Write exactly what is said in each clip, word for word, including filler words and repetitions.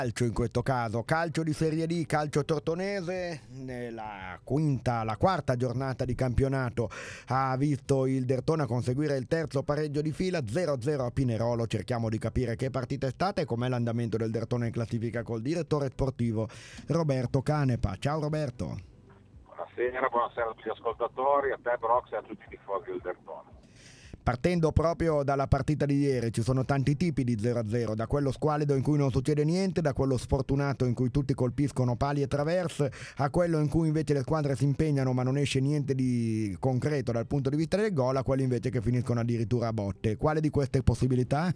Calcio in questo caso, calcio di Serie D, calcio tortonese, nella quinta, la quarta giornata di campionato ha visto il Derthona conseguire il terzo pareggio di fila, zero a zero a Pinerolo. Cerchiamo di capire che partita è stata e com'è l'andamento del Derthona in classifica col direttore sportivo Roberto Canepa. Ciao Roberto. Buonasera, buonasera a tutti gli ascoltatori, a te Brox e a tutti i tifosi del Derthona. Partendo proprio dalla partita di ieri, ci sono tanti tipi di zero a zero, da quello squallido in cui non succede niente, da quello sfortunato in cui tutti colpiscono pali e traverse, a quello in cui invece le squadre si impegnano ma non esce niente di concreto dal punto di vista del gol, a quelli invece che finiscono addirittura a botte. Quale di queste possibilità?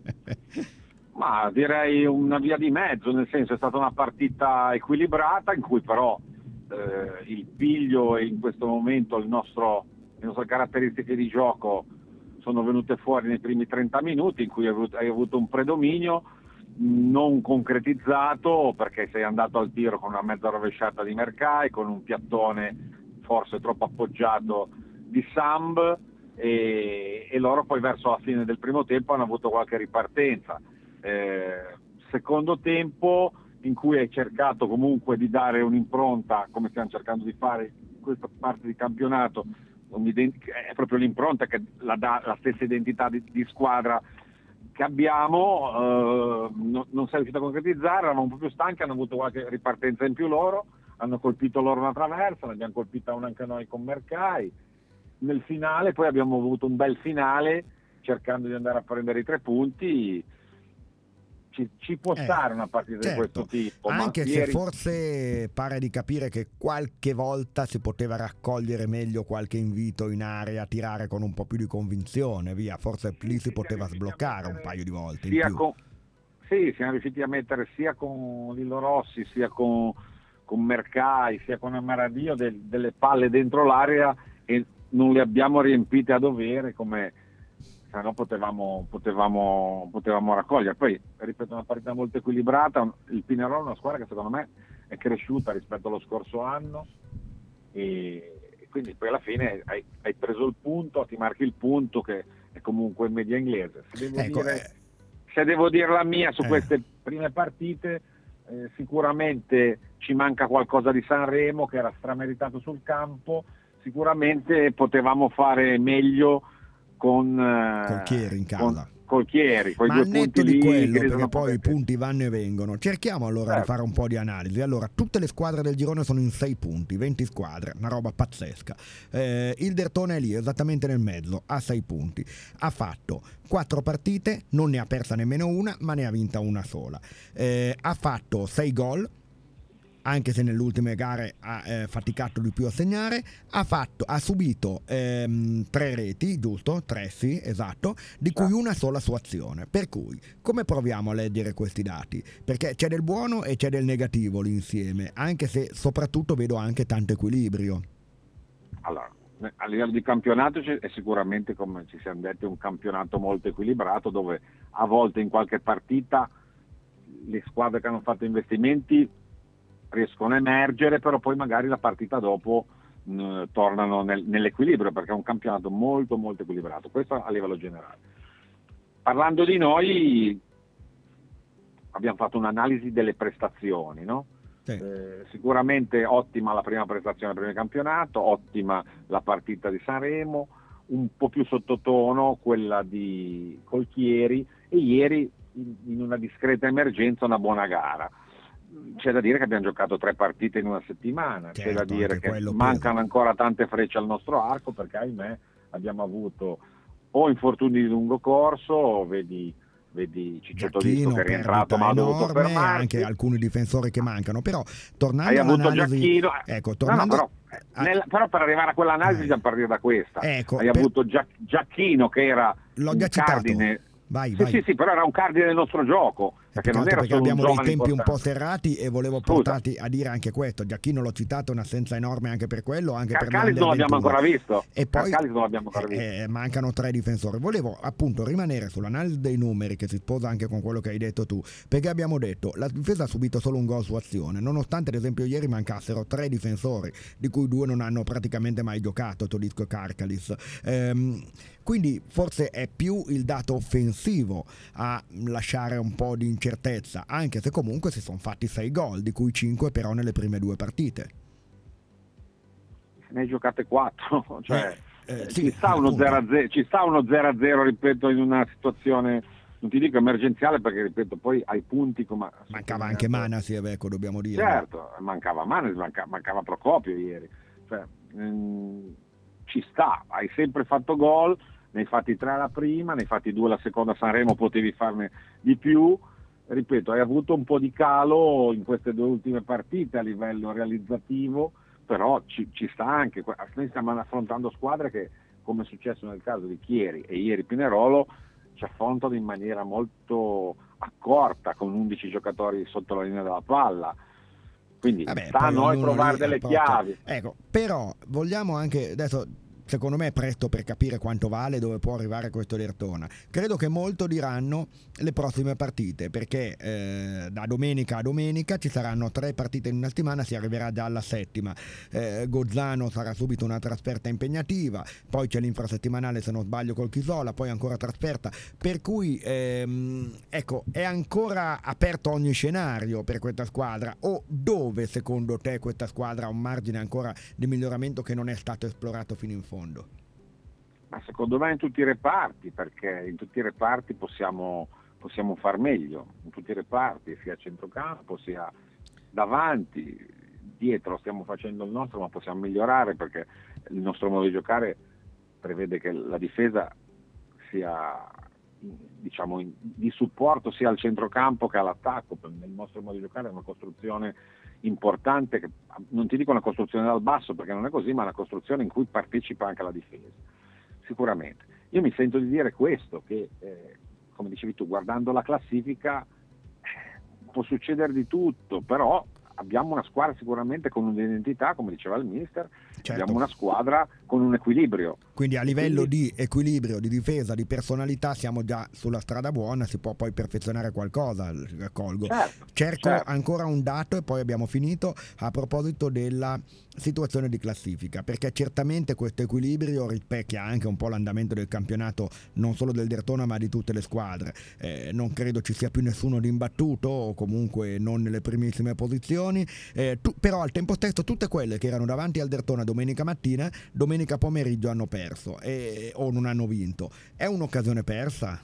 Ma direi una via di mezzo, nel senso è stata una partita equilibrata in cui però eh, il piglio e in questo momento il nostro, le nostre caratteristiche di gioco sono venute fuori nei primi trenta minuti, in cui hai avuto, hai avuto un predominio non concretizzato perché sei andato al tiro con una mezza rovesciata di Mercai, con un piattone forse troppo appoggiato di Samb e, e loro poi verso la fine del primo tempo hanno avuto qualche ripartenza. Eh, secondo tempo in cui hai cercato comunque di dare un'impronta, come stiamo cercando di fare in questa parte di campionato, è proprio l'impronta che la dà la stessa identità di, di squadra che abbiamo, eh, no, non si è riuscito a concretizzare, eravamo un po' più stanchi, hanno avuto qualche ripartenza in più loro, hanno colpito loro una traversa, ne abbiamo colpita una anche noi con Mercai. Nel finale poi abbiamo avuto un bel finale cercando di andare a prendere i tre punti. Ci, ci può Eh, stare una partita certo, di questo tipo, anche ma se ieri... forse pare di capire che qualche volta si poteva raccogliere meglio qualche invito in area, tirare con un po' più di convinzione, via, forse Sì, lì si sì, poteva sbloccare un paio di volte in sia più. con, sì, siamo riusciti a mettere sia con Lillo Rossi, sia con, con Mercai, sia con Amaradio del, delle palle dentro l'area e non le abbiamo riempite a dovere come se no potevamo, potevamo, potevamo raccogliere. Poi, ripeto, una partita molto equilibrata, il Pinerolo è una squadra che secondo me è cresciuta rispetto allo scorso anno e quindi poi alla fine hai, hai preso il punto, ti marchi il punto che è comunque in media inglese. Se devo, Ecco, dire, eh, se devo dire la mia su eh. queste prime partite, eh, sicuramente ci manca qualcosa di Sanremo che era strameritato sul campo, sicuramente potevamo fare meglio con, col Chieri in eh, con casa. col Chieri, quei Ma due al netto punti di lì quello, che perché sono poi i potenti. punti vanno e vengono, cerchiamo allora di Certo. fare un po' di analisi. Allora, tutte le squadre del girone sono in sei punti, venti squadre, una roba pazzesca. Eh, il Derthona è lì, esattamente nel mezzo, ha sei punti. Ha fatto quattro partite, non ne ha persa nemmeno una, ma ne ha vinta una sola. Eh, ha fatto sei gol, anche se nelle ultime gare ha eh, faticato di più a segnare, ha, fatto, ha subito ehm, tre reti, giusto? Tre sì, esatto, di cui una sola su azione. Per cui, come proviamo a leggere questi dati? Perché c'è del buono e c'è del negativo lì insieme, anche se soprattutto vedo anche tanto equilibrio. Allora, a livello di campionato è sicuramente, come ci siamo detti, un campionato molto equilibrato dove a volte in qualche partita le squadre che hanno fatto investimenti riescono a emergere, però poi magari la partita dopo mh, tornano nel, nell'equilibrio perché è un campionato molto molto equilibrato, questo a livello generale. Parlando di noi abbiamo fatto un'analisi delle prestazioni, no? Sì. Eh, sicuramente ottima la prima prestazione del primo campionato, ottima la partita di Sanremo, un po' più sottotono quella di Colchieri e ieri in, in una discreta emergenza una buona gara. C'è da dire che abbiamo giocato tre partite in una settimana, Certo, c'è da dire che mancano pesa. ancora tante frecce al nostro arco perché ahimè abbiamo avuto o infortuni di lungo corso, vedi, vedi Ciccio Todisco che è rientrato ma ha dovuto enorme, fermarsi, anche alcuni difensori che mancano, però tornando hai avuto all'analisi, Giacchino, ecco, tornando, tornando no, no, però, a, nel, però per arrivare a quell'analisi eh, bisogna partire da questa, ecco, hai per, avuto Giac- Giacchino che era l'ho un già citato, cardine, vai, sì vai. sì sì, però era un cardine del nostro gioco, È perché più che non altro era perché solo un abbiamo dei giovane tempi un po' importante. serrati e volevo Scusa, portarti a dire anche questo. Giacchino l'ho citato, è un'assenza enorme anche per quello, anche per Carcalis l'Under non l'abbiamo ventuno. ancora visto, E poi Carcalis non l'abbiamo ancora eh, visto. eh, mancano tre difensori. Volevo appunto rimanere sull'analisi dei numeri che si sposa anche con quello che hai detto tu, perché abbiamo detto la difesa ha subito solo un gol su azione, nonostante ad esempio ieri mancassero tre difensori, di cui due non hanno praticamente mai giocato, Todisco e Carcalis. Ehm, quindi forse è più il dato offensivo a lasciare un po' di incertezza, anche se comunque si sono fatti sei gol, di cui cinque però nelle prime due partite. Ne hai giocate quattro, cioè eh, eh, ci, sì, sta uno zero a zero, ci sta uno zero a zero, ripeto, in una situazione, non ti dico emergenziale, perché ripeto, poi ai punti come mancava anche Manasiev, ecco, dobbiamo dire. Certo, mancava Manasiev, mancava, mancava Procopio ieri, cioè, ehm, ci sta, hai sempre fatto gol, ne hai fatti tre alla prima, ne hai fatti due alla seconda a Sanremo, potevi farne di più. Ripeto, hai avuto un po' di calo in queste due ultime partite a livello realizzativo, però ci, ci sta anche, noi stiamo affrontando squadre che, come è successo nel caso di Chieri e ieri Pinerolo, ci affrontano in maniera molto accorta, con undici giocatori sotto la linea della palla, quindi Vabbè, sta a noi trovare lì delle apporta... chiavi. Ecco, però vogliamo anche adesso, secondo me è presto per capire quanto vale e dove può arrivare questo Derthona. Credo che molto diranno le prossime partite, perché eh, da domenica a domenica ci saranno tre partite in una settimana, si arriverà già alla settima. eh, Gozzano sarà subito una trasferta impegnativa, poi c'è l'infrasettimanale, se non sbaglio, col Chisola, poi ancora trasferta, per cui ehm, ecco, è ancora aperto ogni scenario per questa squadra, o dove secondo te questa squadra ha un margine ancora di miglioramento che non è stato esplorato fino in fondo? Ma secondo me in tutti i reparti, perché in tutti i reparti possiamo, possiamo far meglio, in tutti i reparti, sia a centrocampo sia davanti, dietro stiamo facendo il nostro, ma possiamo migliorare, perché il nostro modo di giocare prevede che la difesa sia, diciamo, di supporto sia al centrocampo che all'attacco. Nel nostro modo di giocare è una costruzione importante, che, non ti dico una costruzione dal basso perché non è così, ma una costruzione in cui partecipa anche la difesa, sicuramente. Io mi sento di dire questo, che eh, come dicevi tu, guardando la classifica eh, può succedere di tutto, però abbiamo una squadra sicuramente con un'identità, come diceva il mister, certo. Abbiamo una squadra con un equilibrio. Quindi a livello Quindi... di equilibrio, di difesa, di personalità siamo già sulla strada buona, si può poi perfezionare qualcosa, colgo. Certo, Cerco certo. ancora un dato e poi abbiamo finito, a proposito della situazione di classifica, perché certamente questo equilibrio rispecchia anche un po' l'andamento del campionato, non solo del Derthona ma di tutte le squadre. Eh, non credo ci sia più nessuno di imbattuto, o comunque non nelle primissime posizioni, eh, tu, però al tempo stesso tutte quelle che erano davanti al Derthona domenica mattina, domenica pomeriggio hanno perso e, o non hanno vinto. È un'occasione persa?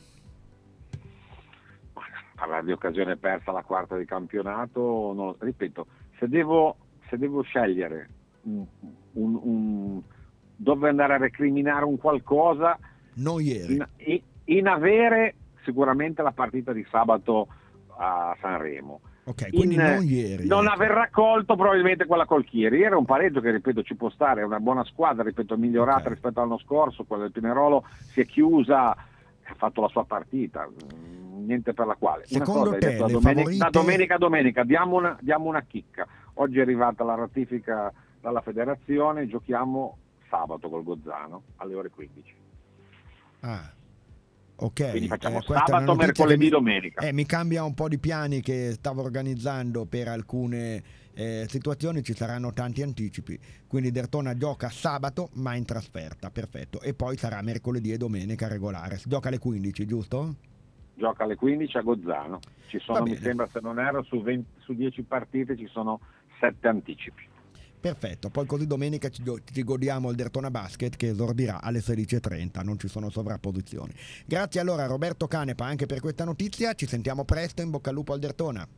Parlare di occasione persa alla quarta di campionato, non, ripeto, se devo, se devo scegliere un, un, un, dove andare a recriminare un qualcosa, non ieri, in, in avere sicuramente la partita di sabato a Sanremo. Ok, quindi in, non ieri. Non ecco. aver raccolto probabilmente quella col Chieri. Ieri è un pareggio che, ripeto, ci può stare, è una buona squadra, ripeto, migliorata okay. rispetto all'anno scorso, quella del Pinerolo si è chiusa, ha fatto la sua partita, niente per la quale. Secondo una cosa, te, detto, le da, domenica, favorite... da domenica a domenica diamo una, diamo una chicca. Oggi è arrivata la ratifica dalla federazione, giochiamo sabato col Gozzano alle ore quindici. Ah. Ok, quindi facciamo eh, sabato, mercoledì, mi, domenica. Eh, mi cambia un po' di piani che stavo organizzando per alcune eh, situazioni, ci saranno tanti anticipi, quindi Derthona gioca sabato ma in trasferta, perfetto, e poi sarà mercoledì e domenica regolare. Gioca alle quindici, giusto? Gioca alle quindici a Gozzano, ci sono, mi sembra, se non ero, su, venti, su dieci partite ci sono sette anticipi. Perfetto, poi così domenica ci, ci godiamo il Derthona Basket che esordirà alle sedici e trenta, non ci sono sovrapposizioni. Grazie allora a Roberto Canepa anche per questa notizia, ci sentiamo presto, in bocca al lupo al Derthona.